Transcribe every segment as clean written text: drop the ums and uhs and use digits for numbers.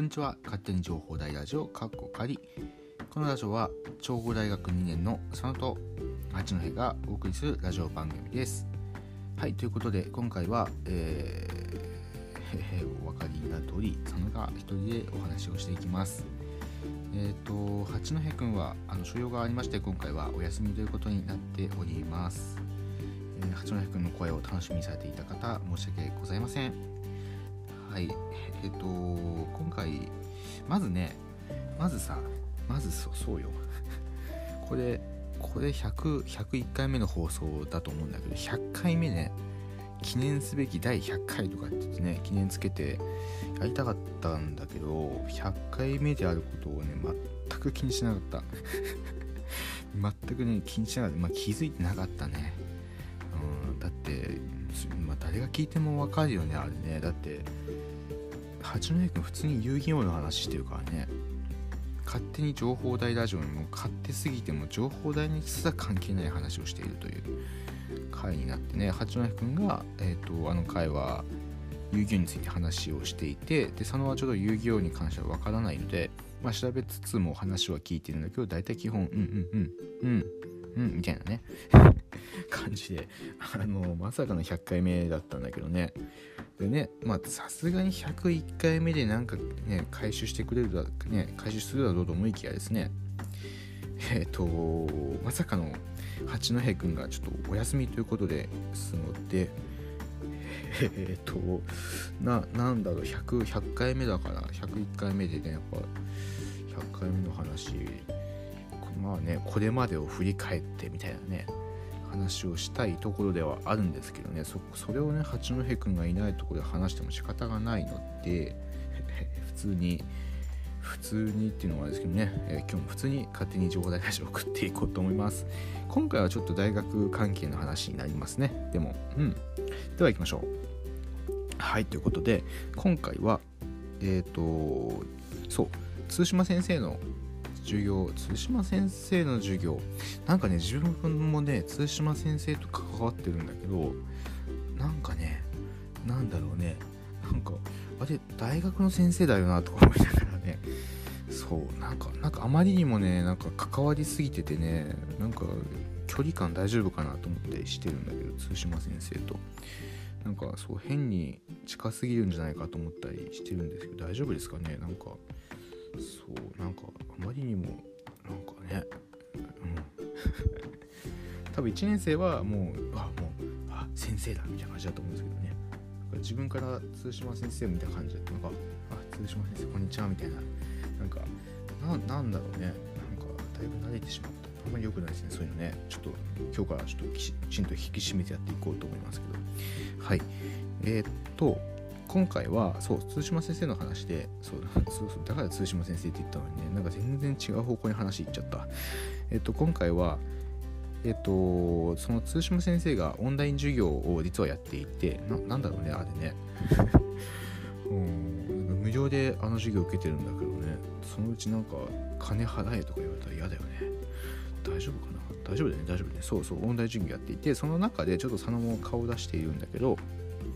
にちは。勝手に情報大ラジオかっこ仮。このラジオは長保大学2年の佐野と八戸がお送りするラジオ番組です。はい、ということで今回は、お分かりな通り佐野が一人でお話をしていきます。八戸くんは所用がありまして、今回はお休みということになっております。八戸くんの声を楽しみにされていた方、申し訳ございません。はい、今回まずそうよこれ101回目の放送だと思うんだけど、100回目ね、記念すべき第100回とかって言ってね、記念つけてやりたかったんだけど、100回目であることをね全く気にしなかった全くね気にしなかった。気づいてなかったね。だって、誰が聞いても分かるよね、あれね。だって八戸君普通に遊戯王の話してるからね。勝手に情報大ラジオにも勝手すぎても情報大にすら関係ない話をしているという回になってね、八戸君が、あの回は遊戯王について話をしていて、で佐野はちょっと遊戯王に関しては分からないので、調べつつも話は聞いてるんだけど、大体基本みたいなね感じでまさかの100回目だったんだけどね。でね、さすがに101回目でなんかね回収してくれるだね、回収するだろうと思いきやですね、まさかの八戸くんがちょっとお休みということですので、なんだろう、100回目だから101回目でね、やっぱ100回目の話、これまでを振り返ってみたいなね話をしたいところではあるんですけどね、それをね八戸くんがいないところで話しても仕方がないので普通にっていうのはですけどね、今日も普通に勝手に情報大ラジオを送っていこうと思います。今回はちょっと大学関係の話になりますね。では行きましょう。はい、ということで今回は通島先生の授業なんかね、自分もね通島先生と関わってるんだけど、あれ大学の先生だよなとか思いながらね、なんかあまりにもね関わりすぎててね、距離感大丈夫かなと思ってしてるんだけど、通島先生と変に近すぎるんじゃないかと思ったりしてるんですけど、大丈夫ですかね。あまりにも多分1年生はもう先生だみたいな感じだと思うんですけどね、自分から通島先生みたいな感じで通島先生こんにちはみたいな、なんだろうね、だいぶ慣れてしまった。あんまり良くないですね、そういうのね。ちょっと今日からちょっときちんと引き締めてやっていこうと思いますけど、はい。今回は通島先生の話で、だから通島先生って言ったのにね、全然違う方向に話いっちゃった。今回はその通島先生がオンライン授業を実はやっていて、なんだろうねあれね無料で授業受けてるんだけどね、そのうち金払えとか言われたら嫌だよね。大丈夫かな。大丈夫だよね。オンライン授業やっていて、その中でちょっと佐野も顔を出しているんだけど、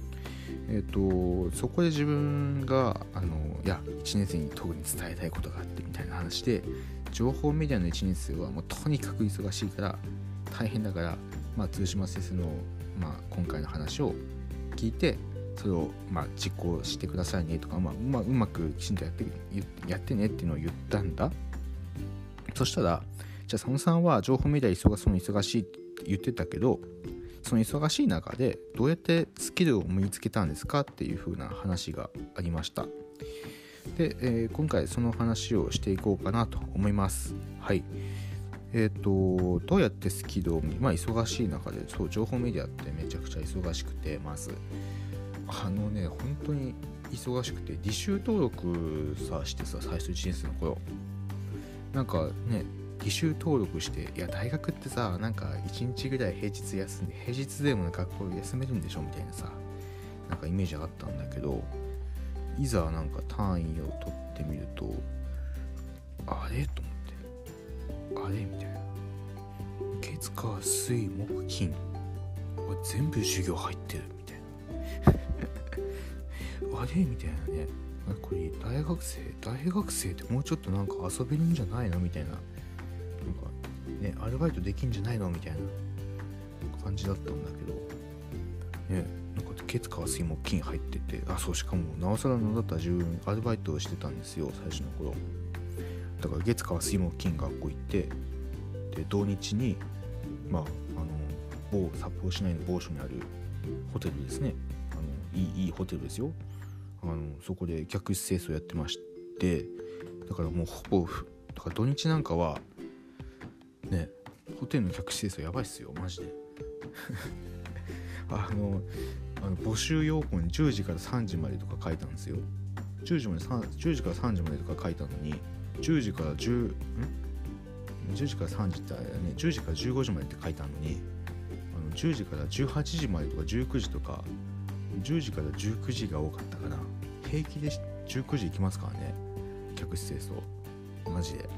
そこで自分が1年生に特に伝えたいことがあってみたいな話で、情報メディアの1年生はもうとにかく忙しいから大変だから、通島先生の、今回の話を聞いて、それを実行してくださいねとか、うまくきちんとやってねっていうのを言ったんだ。そしたら、じゃあ佐野さんは情報メディア忙しいって言ってたけど、その忙しい中でどうやってスキルを身につけたんですかっていう風な話がありました。で、今回その話をしていこうかなと思います。はい。どうやってスキルを忙しい中で、情報メディアってめちゃくちゃ忙しくて、まず本当に忙しくて、履修登録して最初1年生の頃履修登録して、大学ってさ、1日ぐらい平日休んで、平日でも学校休めるんでしょみたいなさ、イメージがあったんだけど、いざ単位を取ってみると、あれと思って、あれみたいな、月火水木金全部授業入ってるみたいなあれみたいなね、 これ大学生ってもうちょっとなんか遊べるんじゃないのみたいな、なんかねアルバイトできんじゃないのみたいな感じだったんだけどね、なんか月火水木金入ってて、そうしかもなおさらのだったら自分アルバイトをしてたんですよ、最初の頃。だから月火水木金学校行って、で土日に某札幌市内の某所にあるホテルですね、いいホテルですよ。そこで客室清掃やってまして、だからもうほぼだから土日なんかはね、ホテルの客室清掃やばいっすよマジで募集要項に10時から3時までとか書いたんですよ。10時から3時までとか書いたのに、10時から3時ってあれだね、10時から15時までって書いたのに、10時から18時までとか19時とか、10時から19時が多かったかな。平気で19時行きますからね、客室清掃。マジで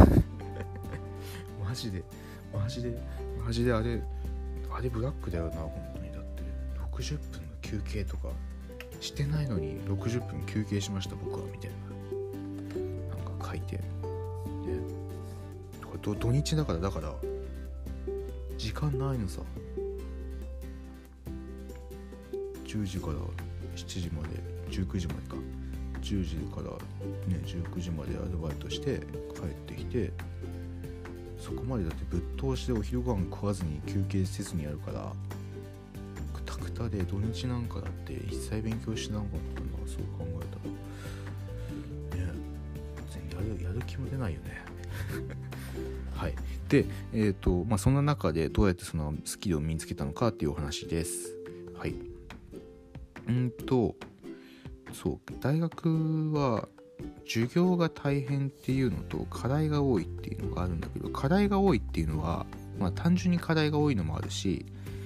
マジであれブラックだよな本当に。だって60分の休憩とかしてないのに60分休憩しました僕はみたいな、なんか書いて、ね、土日だから時間ないのさ。10時から7時まで19時までか、10時からね19時までアルバイトして帰ってきて、そこまでだってぶっ通しでお昼ご飯食わずに休憩せずにやるから、クタクタで土日なんかだって一切勉強しなかったんだ。そう考えたらね、全然やる気も出ないよねはい。でそんな中でどうやってそのスキルを身につけたのかっていうお話です。はい。そう大学は授業が大変っていうのと課題が多いっていうのがあるんだけど、課題が多いっていうのは単純に課題が多いのもあるし、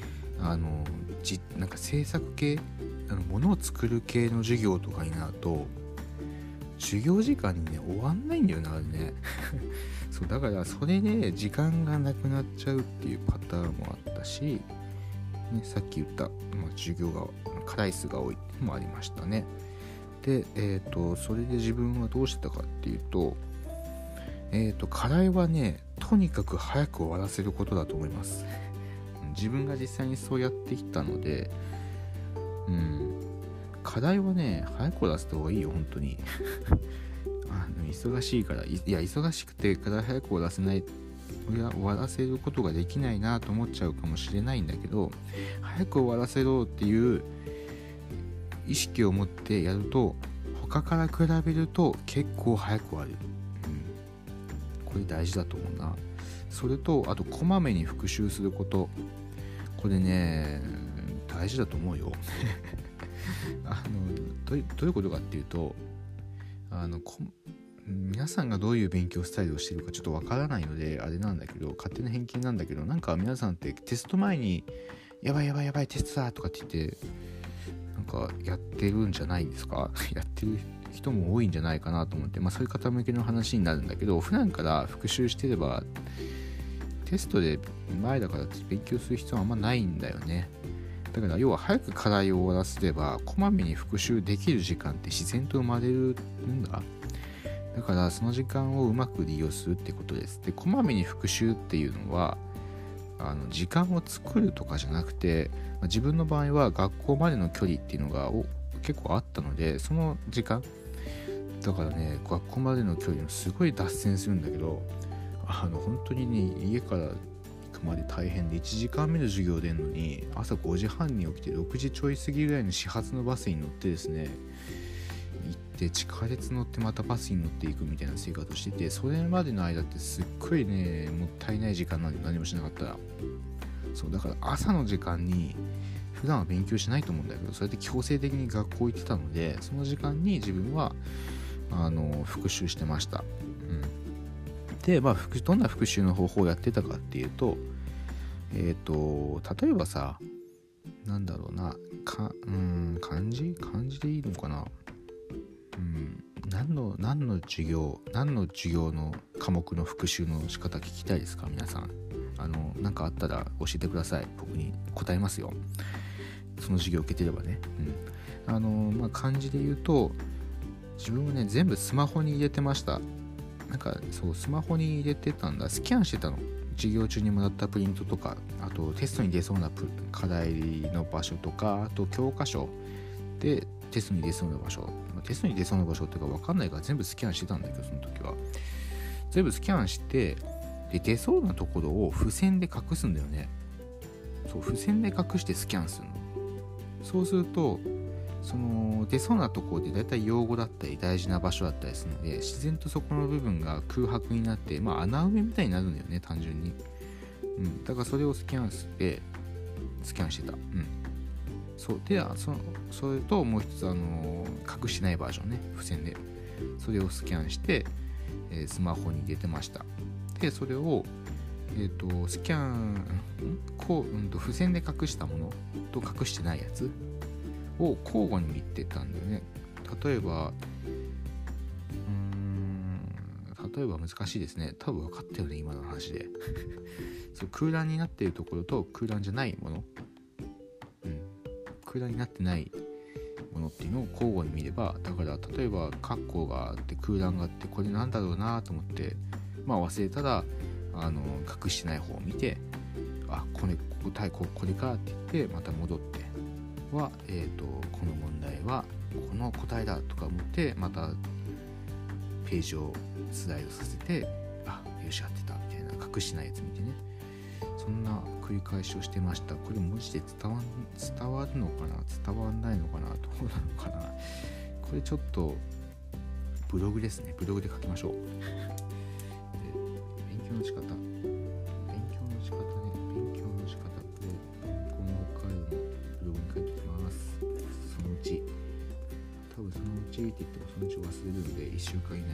なんか制作系物を作る系の授業とかになると授業時間にね終わんないんだよなあれねそうだからそれで時間がなくなっちゃうっていうパターンもあったし、ね、さっき言った、授業が課題数が多いっていうのもありましたね。で、それで自分はどうしてたかっていうと、課題はねとにかく早く終わらせることだと思います自分が実際にそうやってきたので、課題はね早く終わらせた方がいいよ本当に忙しいから、忙しくて課題早く終わらせることができないなと思っちゃうかもしれないんだけど、早く終わらせろっていう意識を持ってやると他から比べると結構早く終わる、これ大事だと思うな。それとあとこまめに復習すること、これね大事だと思うよどういうことかっていうと、皆さんがどういう勉強スタイルをしているかちょっとわからないのであれなんだけど、勝手な偏見なんだけど、なんか皆さんってテスト前にやばいテストだとかって言ってなんかやってるんじゃないですかやってる人も多いんじゃないかなと思って、そういう方向けの話になるんだけど、普段から復習してればテストで前だからって勉強する必要はあんまないんだよね。だから要は早く課題を終わらせればこまめに復習できる時間って自然と生まれるんだ。だからその時間をうまく利用するってことです。で、こまめに復習っていうのは時間を作るとかじゃなくて、自分の場合は学校までの距離っていうのが結構あったので、その時間だからね、学校までの距離もすごい脱線するんだけど、本当にね家から行くまで大変で、1時間目の授業出るのに朝5時半に起きて6時ちょい過ぎぐらいの始発のバスに乗ってですね行って地下鉄乗ってまたバスに乗っていくみたいな生活をしてて、それまでの間ってすっごいねもったいない時間なんで、何もしなかったら。そうだから朝の時間に普段は勉強しないと思うんだけど、それで強制的に学校行ってたので、その時間に自分は復習してました。で、どんな復習の方法をやってたかっていうと、例えばさ、なんだろうな、漢字でいいのかな。何の授業の科目の復習の仕方聞きたいですか皆さん。なんかあったら教えてください。僕に答えますよ。その授業を受けてればね。漢字で言うと自分もね全部スマホに入れてました。なんかそうスマホに入れてたんだ。スキャンしてたの。授業中にもらったプリントとか、あとテストに出そうな課題の場所とか、あと教科書でテストに出そうな場所、テストに出そうな場所っていうか分かんないから全部スキャンしてたんだけど、その時は全部スキャンして、で出そうなところを付箋で隠すんだよね。そう付箋で隠してスキャンするの。そうするとその出そうなところでだいたい用語だったり大事な場所だったりするので、自然とそこの部分が空白になって、穴埋めみたいになるんだよね、単純に。だからそれをスキャンしてた。そうで、それともう一つ隠してないバージョンね、付箋でそれをスキャンして、スマホに入れてました。でそれをスキャン付箋で隠したものと隠してないやつを交互に見てたんだよね。例えば難しいですね。多分分かったよね、今の話でそう空欄になっているところと空欄じゃないもの、空欄になってないものっていうのを交互に見れば、だから例えばカッコがあって空欄があって、これなんだろうなと思って忘れたら隠してない方を見て、これかって言ってまた戻っては、この問題はこの答えだとか思って、またページをスライドさせて、よし合ってたみたいな、隠してないやつ見てね、そんな繰り返しをしてました。これ文字で伝わるのかな、伝わんないのかな、どうなのかな。これちょっとブログですね、ブログで書きましょう。勉強の仕方ね、これこの北海道のブログに書いておきます。そのうちって言ってもそのうち忘れるので1週間以内。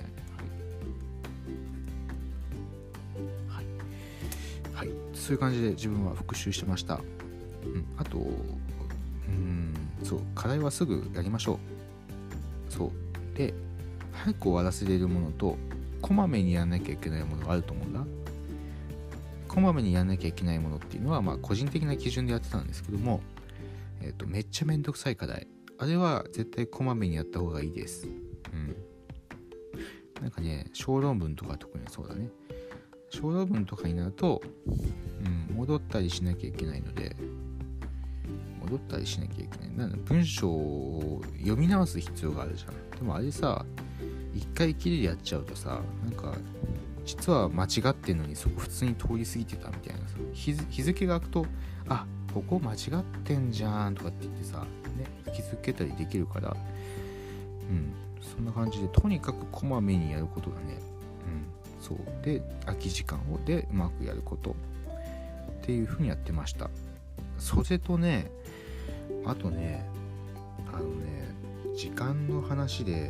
はい、そういう感じで自分は復習してました。あとそう課題はすぐやりましょう。そうで早く終わらせれるものとこまめにやらなきゃいけないものがあると思うんだ。こまめにやらなきゃいけないものっていうのは個人的な基準でやってたんですけども、めっちゃめんどくさい課題、あれは絶対こまめにやった方がいいです。なんかね、小論文とか特にそうだね。小論文とかになると、戻ったりしなきゃいけないので、文章を読み直す必要があるじゃん。でもあれさ、一回きりでやっちゃうとさ、なんか実は間違ってんのにそこ普通に通り過ぎてたみたいなさ、日付が空くとここ間違ってんじゃんとかって言ってさ、気づけたりできるから、そんな感じでとにかくこまめにやることだね。そうで空き時間でうまくやることっていう風にやってました。それとね、あとね時間の話で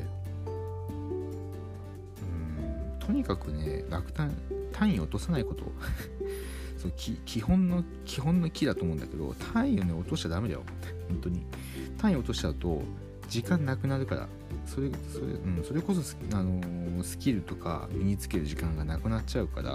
とにかくね単位を落とさないことそう基本の木だと思うんだけど、単位をね落としちゃダメだよ本当に。単位落としちゃうと時間なくなるから、それこそスキルとか身につける時間がなくなっちゃうから、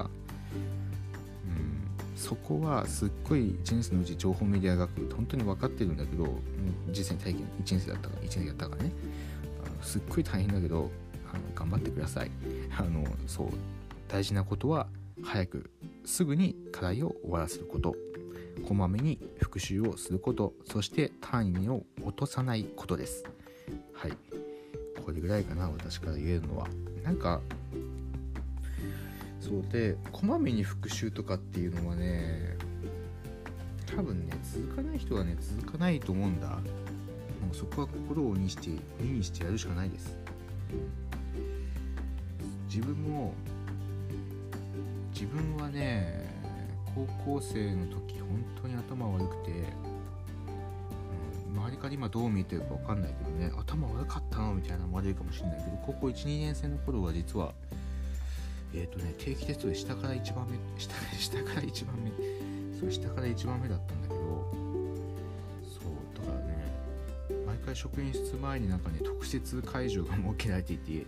そこはすっごい1年生のうち情報メディア学本当に分かってるんだけど、実際に体験1年生やったからね、すっごい大変だけど頑張ってください。そう大事なことは早くすぐに課題を終わらせること、こまめに復習をすること、そして単位を落とさないことです。はい、これぐらいかな、私から言えるのは。なんかそうで、こまめに復習とかっていうのはね、多分ね続かない人はね続かないと思うんだ。もうそこは心を鬼にしてやるしかないです。自分はね高校生の時本当に頭悪くて、周りから今どう見えてるか分かんないけどね、頭悪かったのみたいなのもあるかもしれないけど、高校 1,2 年生の頃は実は定期テストで下から1番目だったんだけど、そうだからね、毎回職員室前に特設会場が設けられていて、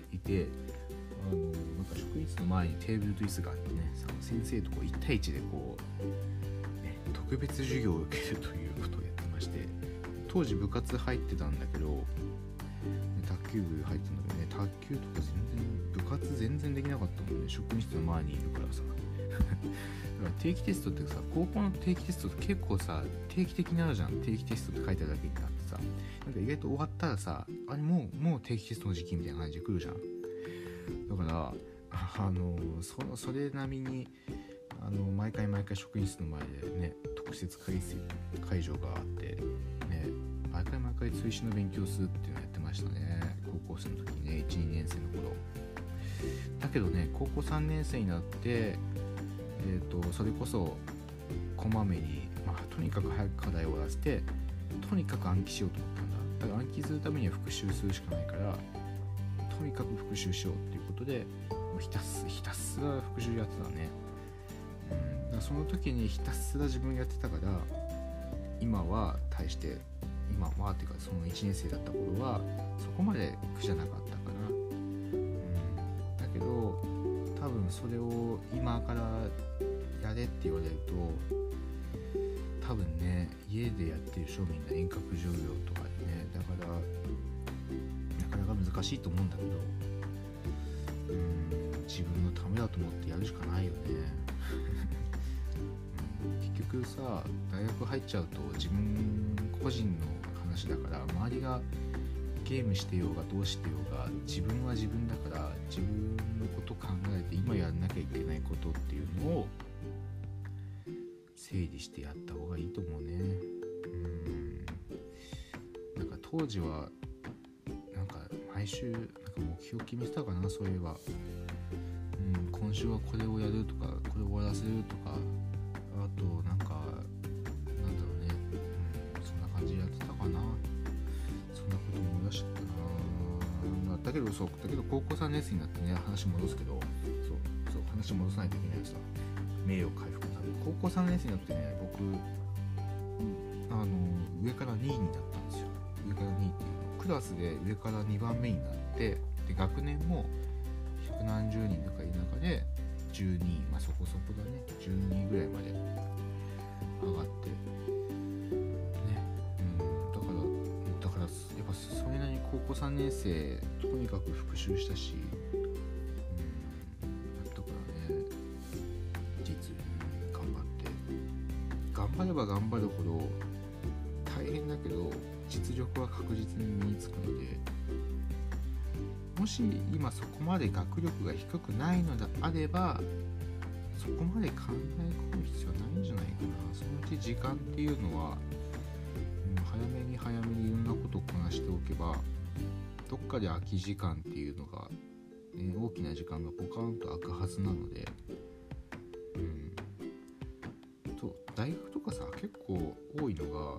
職員室の前にテーブルと椅子があってね、先生と1対1で特別授業を受けるということをやってまして、当時部活入ってたんだけど、 卓球部入ったんだけどね、卓球とか部活全然できなかったもんね。職員室の前にいるからさだから定期テストってさ、高校の定期テストって結構さ定期的になるじゃん。定期テストって書いてあるだけになってさ、なんか意外と終わったらさ、あれもう定期テストの時期みたいな感じで来るじゃん。だからそれなみに毎回職員室の前でね特設会場があってね、毎回追試の勉強するっていうのをやってましたね、高校生の時にね、1、2年生の頃。だけどね、高校3年生になってそれこそこまめに、とにかく早く課題を終わらせて、とにかく暗記しようと思ったんだ。だから暗記するためには復習するしかないから、とにかく復習しようっていうことで、もうひたすら復習やってたね。だからその時にひたすら自分やってたから、今はっていうかその1年生だった頃はそこまで苦じゃなかったかな。だけど多分それを今からやれって言われると、多分ね家でやってる庶民の遠隔授業とかでね、だからなかなか難しいと思うんだけど、自分のためだと思ってやるしかないよね結局さ、大学入っちゃうと自分個人の話だから、周りがゲームしてようがどうしてようが、自分は自分だから、自分のこと考えて今やんなきゃいけないことっていうのを整理してやった方がいいと思うね。なんか当時はなんか毎週なんか目標決めてたかな、そういえば。今週はこれをやるとか、これを終わらせるとか、あとなんだろうね、そんな感じでやってたかな。そんなこと思い出しちゃったな。だけど高校3年生になってね、話戻すけど、話戻さないといけないのさ、名誉回復のために。高校3年生になってね、僕上から2位になったんですよ。上から2位っていうの、クラスで上から2番目になって、で学年も百何十人とかいる中で12位、そこそこだね、12位ぐらいまで上がってね。だからやっぱそれなりに高校3年生とにかく復習したし、だからね、頑張れば頑張るほど大変だけど実力は確実に身につくので、もし今そこまで学力が低くないのであれば、そこまで考え込む必要はないんじゃないかな。そのうち時間っていうのは、早めにいろんなことをこなしておけば、どっかで空き時間っていうのが、大きな時間がポカンと空くはずなので、大学とかさ、結構多いのが、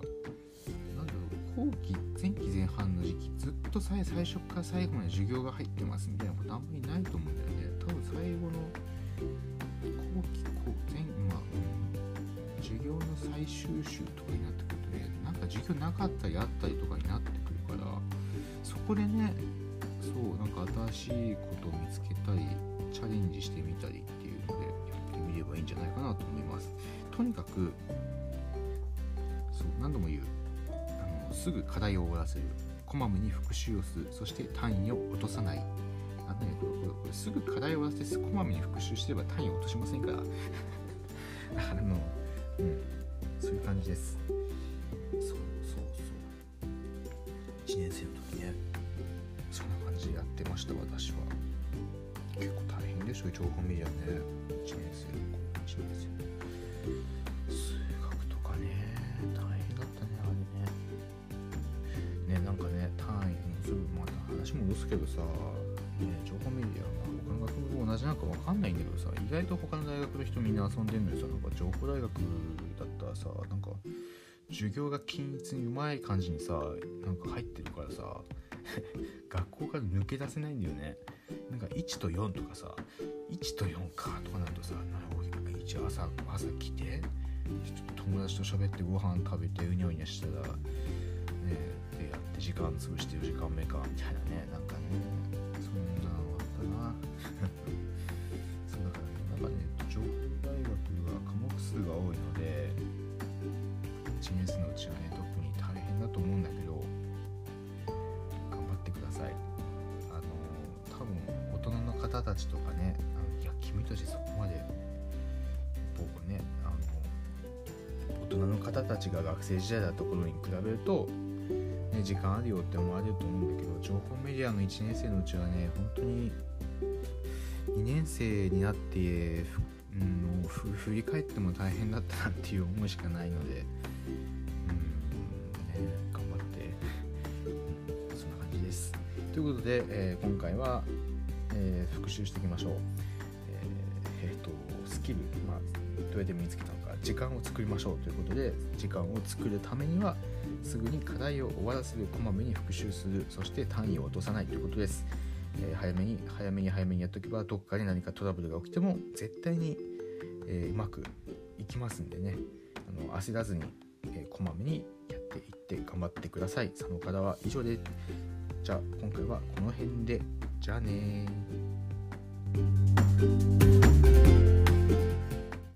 前期前半の時期ずっと最初から最後まで授業が入ってますみたいなことあんまりないと思うんだよね。多分最後の授業の最終週とかになってくるとね、なんか授業なかったりあったりとかになってくるから、そこでね、なんか新しいことを見つけたりチャレンジしてみたりっていうのでやってみればいいんじゃないかなと思います。とにかく何度も言う、すぐ課題を終わらせる、こまめに復習をする、そして単位を落とさない。これすぐ課題を終わらせてこまめに復習してれば単位を落としませんからそういう感じです。そう1年生の時ね、そんな感じでやってました。私は結構大変でしょ、情報メディアね。1年生数学とかね、大変だったね、あれね。なんかね、単位すぐまた話戻すけどさ、情報メディア、他の学部と同じなんか分かんないんだけどさ、意外と他の大学の人みんな遊んでんのにさ、なんか情報大学だったらさ、なんか授業が均一にうまい感じにさ、なんか入ってるからさ学校から抜け出せないんだよね。なんか1と4とかさ、1と4かとかなるとさ、朝来てちょっと友達と喋ってご飯食べてうにゃうにゃしたらね、でやって時間潰して4時間目かみたいなね、なんかね、そんなのあったなそうだからね、情報大学は科目数が多いので1年生のうちはね、特に大変だと思うんだけど、頑張ってくだ方たちとかね、いや君たちそこまで僕ね大人の方たちが学生時代だった頃に比べると、ね、時間あるよって思われると思うんだけど、情報メディアの1年生のうちはね本当に2年生になって振り返っても大変だったなっていう思いしかないので、頑張ってそんな感じです。ということで、今回は、復習していきましょう。スキル、どうやって身につけたのか、時間を作りましょうということで、時間を作るためにはすぐに課題を終わらせる、こまめに復習する、そして単位を落とさないということです。早めにやっておけば、どこかで何かトラブルが起きても絶対に、うまくいきますんでね、焦らずに、こまめにやっていって頑張ってください。佐野からは以上で、じゃあ今回はこの辺で、じゃあねー。